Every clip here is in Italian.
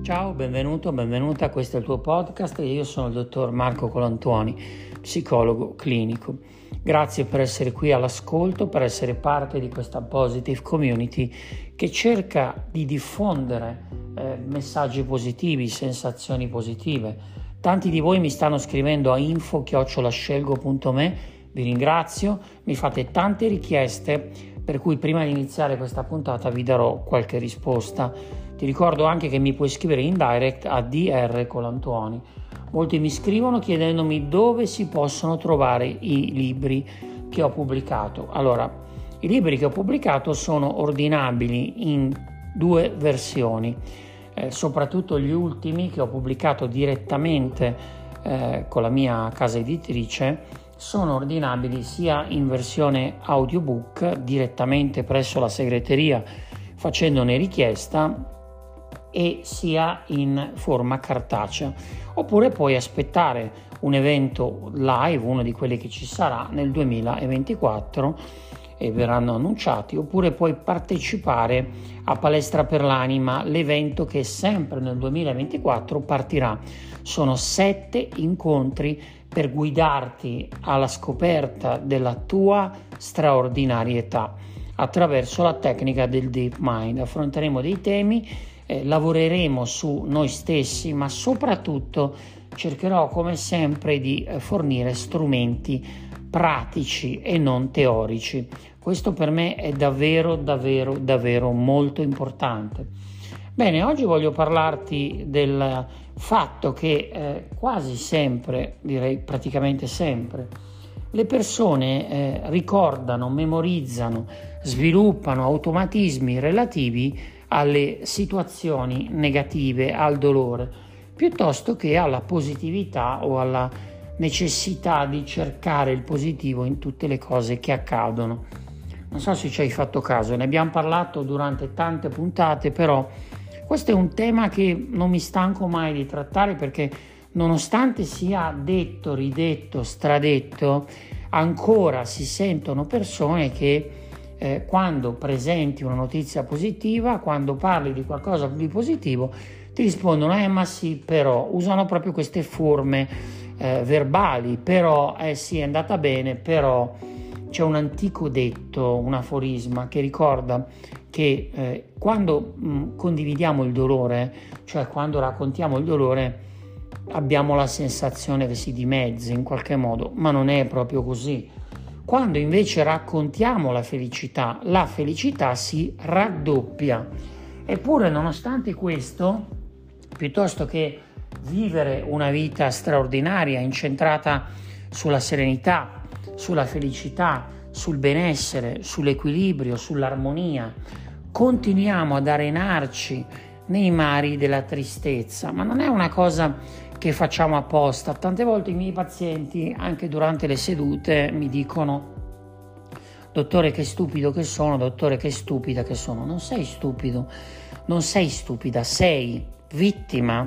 Ciao, benvenuta, questo è il tuo podcast e io sono il dottor Marco Colantuoni, psicologo clinico. Grazie per essere qui all'ascolto, per essere parte di questa positive community che cerca di diffondere messaggi positivi, sensazioni positive. Tanti di voi mi stanno scrivendo a info@scelgo.me, vi ringrazio, mi fate tante richieste, per cui prima di iniziare questa puntata vi darò qualche risposta. Ti ricordo anche che mi puoi scrivere in direct a Dr. Colantuoni. Molti mi scrivono chiedendomi dove si possono trovare i libri che ho pubblicato. Allora, i libri che ho pubblicato sono ordinabili in due versioni, soprattutto gli ultimi che ho pubblicato direttamente con la mia casa editrice sono ordinabili sia in versione audiobook direttamente presso la segreteria facendone richiesta e sia in forma cartacea, oppure puoi aspettare un evento live, uno di quelli che ci sarà nel 2024 e verranno annunciati, oppure puoi partecipare a Palestra per l'Anima, l'evento che sempre nel 2024 partirà. Sono 7 incontri per guidarti alla scoperta della tua straordinarietà attraverso la tecnica del Deep Mind. Affronteremo dei temi, lavoreremo su noi stessi, ma soprattutto cercherò come sempre di fornire strumenti pratici e non teorici. Questo per me è davvero molto importante. Bene, oggi voglio parlarti del fatto che quasi sempre, direi praticamente sempre, le persone ricordano, memorizzano, sviluppano automatismi relativi alle situazioni negative, al dolore, piuttosto che alla positività o alla necessità di cercare il positivo in tutte le cose che accadono. Non so se ci hai fatto caso, ne abbiamo parlato durante tante puntate, però questo è un tema che non mi stanco mai di trattare perché nonostante sia detto, ridetto, stradetto, ancora si sentono persone che quando presenti una notizia positiva, quando parli di qualcosa di positivo, ti rispondono ma sì, però, usano proprio queste forme verbali, però sì, è andata bene, però c'è un antico detto, un aforisma che ricorda che quando condividiamo il dolore, cioè quando raccontiamo il dolore, abbiamo la sensazione che si dimezzi in qualche modo, ma non è proprio così. Quando invece raccontiamo la felicità si raddoppia. Eppure, nonostante questo, piuttosto che vivere una vita straordinaria, incentrata sulla serenità, sulla felicità, sul benessere, sull'equilibrio, sull'armonia, continuiamo ad arenarci nei mari della tristezza, ma non è una cosa che facciamo apposta. Tante volte i miei pazienti, anche durante le sedute, mi dicono: dottore, che stupido che sono, dottore, che stupida che sono. Non sei stupido, non sei stupida, sei vittima.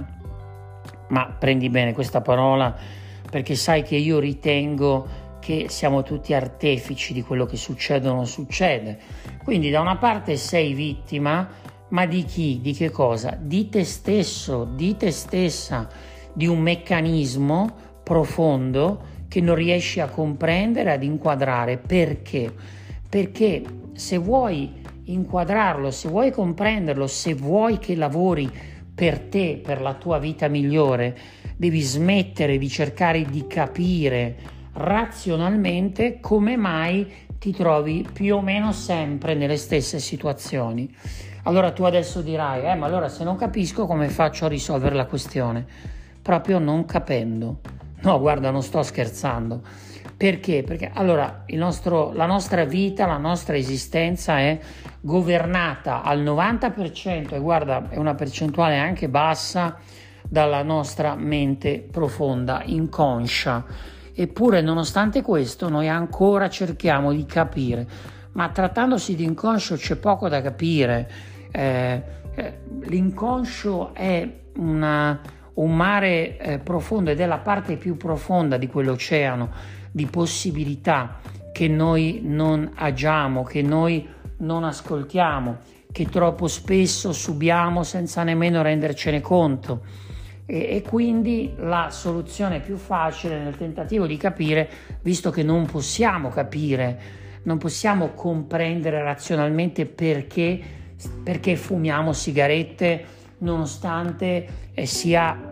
Ma prendi bene questa parola, perché sai che io ritengo che siamo tutti artefici di quello che succede o non succede. Quindi da una parte sei vittima, ma di chi? Di che cosa? Di te stesso, di te stessa, di un meccanismo profondo che non riesci a comprendere, ad inquadrare. Perché? Perché se vuoi inquadrarlo, se vuoi comprenderlo, se vuoi che lavori per te, per la tua vita migliore, devi smettere di cercare di capire razionalmente come mai ti trovi più o meno sempre nelle stesse situazioni. Allora tu adesso dirai: ma allora se non capisco come faccio a risolvere la questione? Proprio non capendo. No, guarda, non sto scherzando. Perché? Perché allora la nostra vita, la nostra esistenza è governata al 90%, e guarda, è una percentuale anche bassa, dalla nostra mente profonda, inconscia. Eppure, nonostante questo, noi ancora cerchiamo di capire. Ma trattandosi di inconscio c'è poco da capire. L'inconscio è un mare profondo, ed è la parte più profonda di quell'oceano di possibilità che noi non agiamo, che noi non ascoltiamo, che troppo spesso subiamo senza nemmeno rendercene conto. E quindi la soluzione più facile nel tentativo di capire, visto che non possiamo capire, non possiamo comprendere razionalmente perché fumiamo sigarette, nonostante sia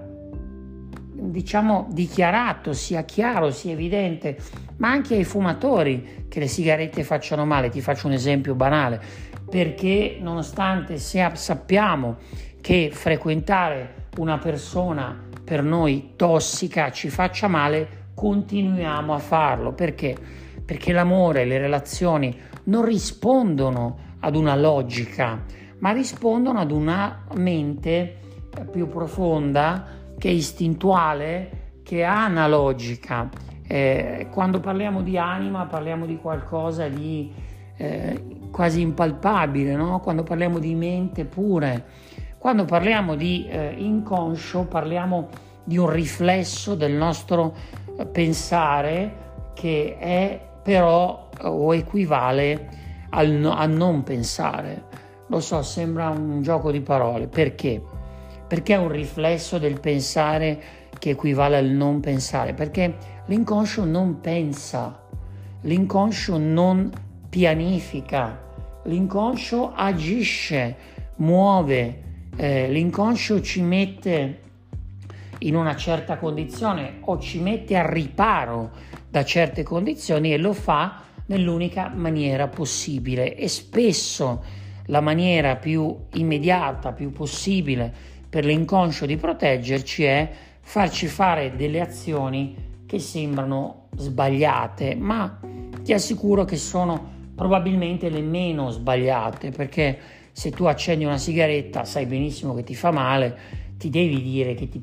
dichiarato, sia chiaro, sia evidente, ma anche ai fumatori, che le sigarette facciano male. Ti faccio un esempio banale: perché nonostante sappiamo che frequentare una persona per noi tossica ci faccia male, continuiamo a farlo. Perché? Perché l'amore e le relazioni non rispondono ad una logica, ma rispondono ad una mente più profonda, che è istintuale, che ha una logica. Quando parliamo di anima parliamo di qualcosa di quasi impalpabile, no? Quando parliamo di mente pure, quando parliamo di inconscio parliamo di un riflesso del nostro pensare, che è però o equivale a non pensare. Lo so, sembra un gioco di parole. Perché? Perché è un riflesso del pensare che equivale al non pensare? Perché l'inconscio non pensa, l'inconscio non pianifica, l'inconscio agisce, muove, l'inconscio ci mette in una certa condizione o ci mette al riparo da certe condizioni, e lo fa nell'unica maniera possibile. E spesso la maniera più immediata, più possibile per l'inconscio di proteggerci è farci fare delle azioni che sembrano sbagliate, ma ti assicuro che sono probabilmente le meno sbagliate, perché se tu accendi una sigaretta sai benissimo che ti fa male, ti devi dire che ti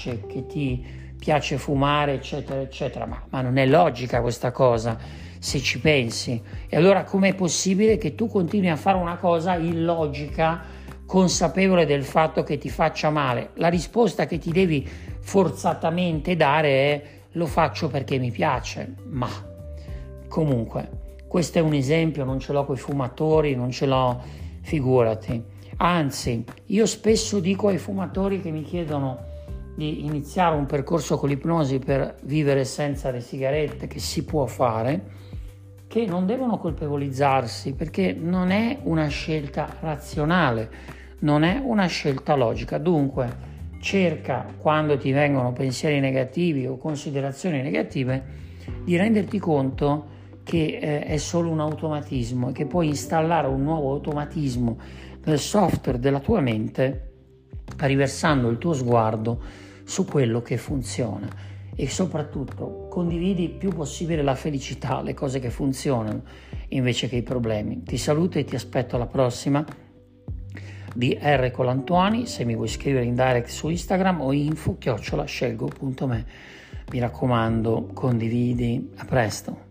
piace fumare, eccetera eccetera, ma non è logica questa cosa, se ci pensi. E allora com'è possibile che tu continui a fare una cosa illogica, consapevole del fatto che ti faccia male? La risposta che ti devi forzatamente dare è: lo faccio perché mi piace. Ma comunque questo è un esempio, non ce l'ho coi fumatori, non ce l'ho, figurati. Anzi, io spesso dico ai fumatori che mi chiedono di iniziare un percorso con l'ipnosi per vivere senza le sigarette, che si può fare, che non devono colpevolizzarsi, perché non è una scelta razionale, non è una scelta logica. Dunque, cerca, quando ti vengono pensieri negativi o considerazioni negative, di renderti conto che è solo un automatismo, e che puoi installare un nuovo automatismo nel software della tua mente, riversando il tuo sguardo su quello che funziona. E soprattutto condividi il più possibile la felicità, le cose che funzionano, invece che i problemi. Ti saluto e ti aspetto alla prossima di R. Colantuoni. Se mi vuoi scrivere in direct su Instagram o info@scelgo.me. Mi raccomando, condividi. A presto.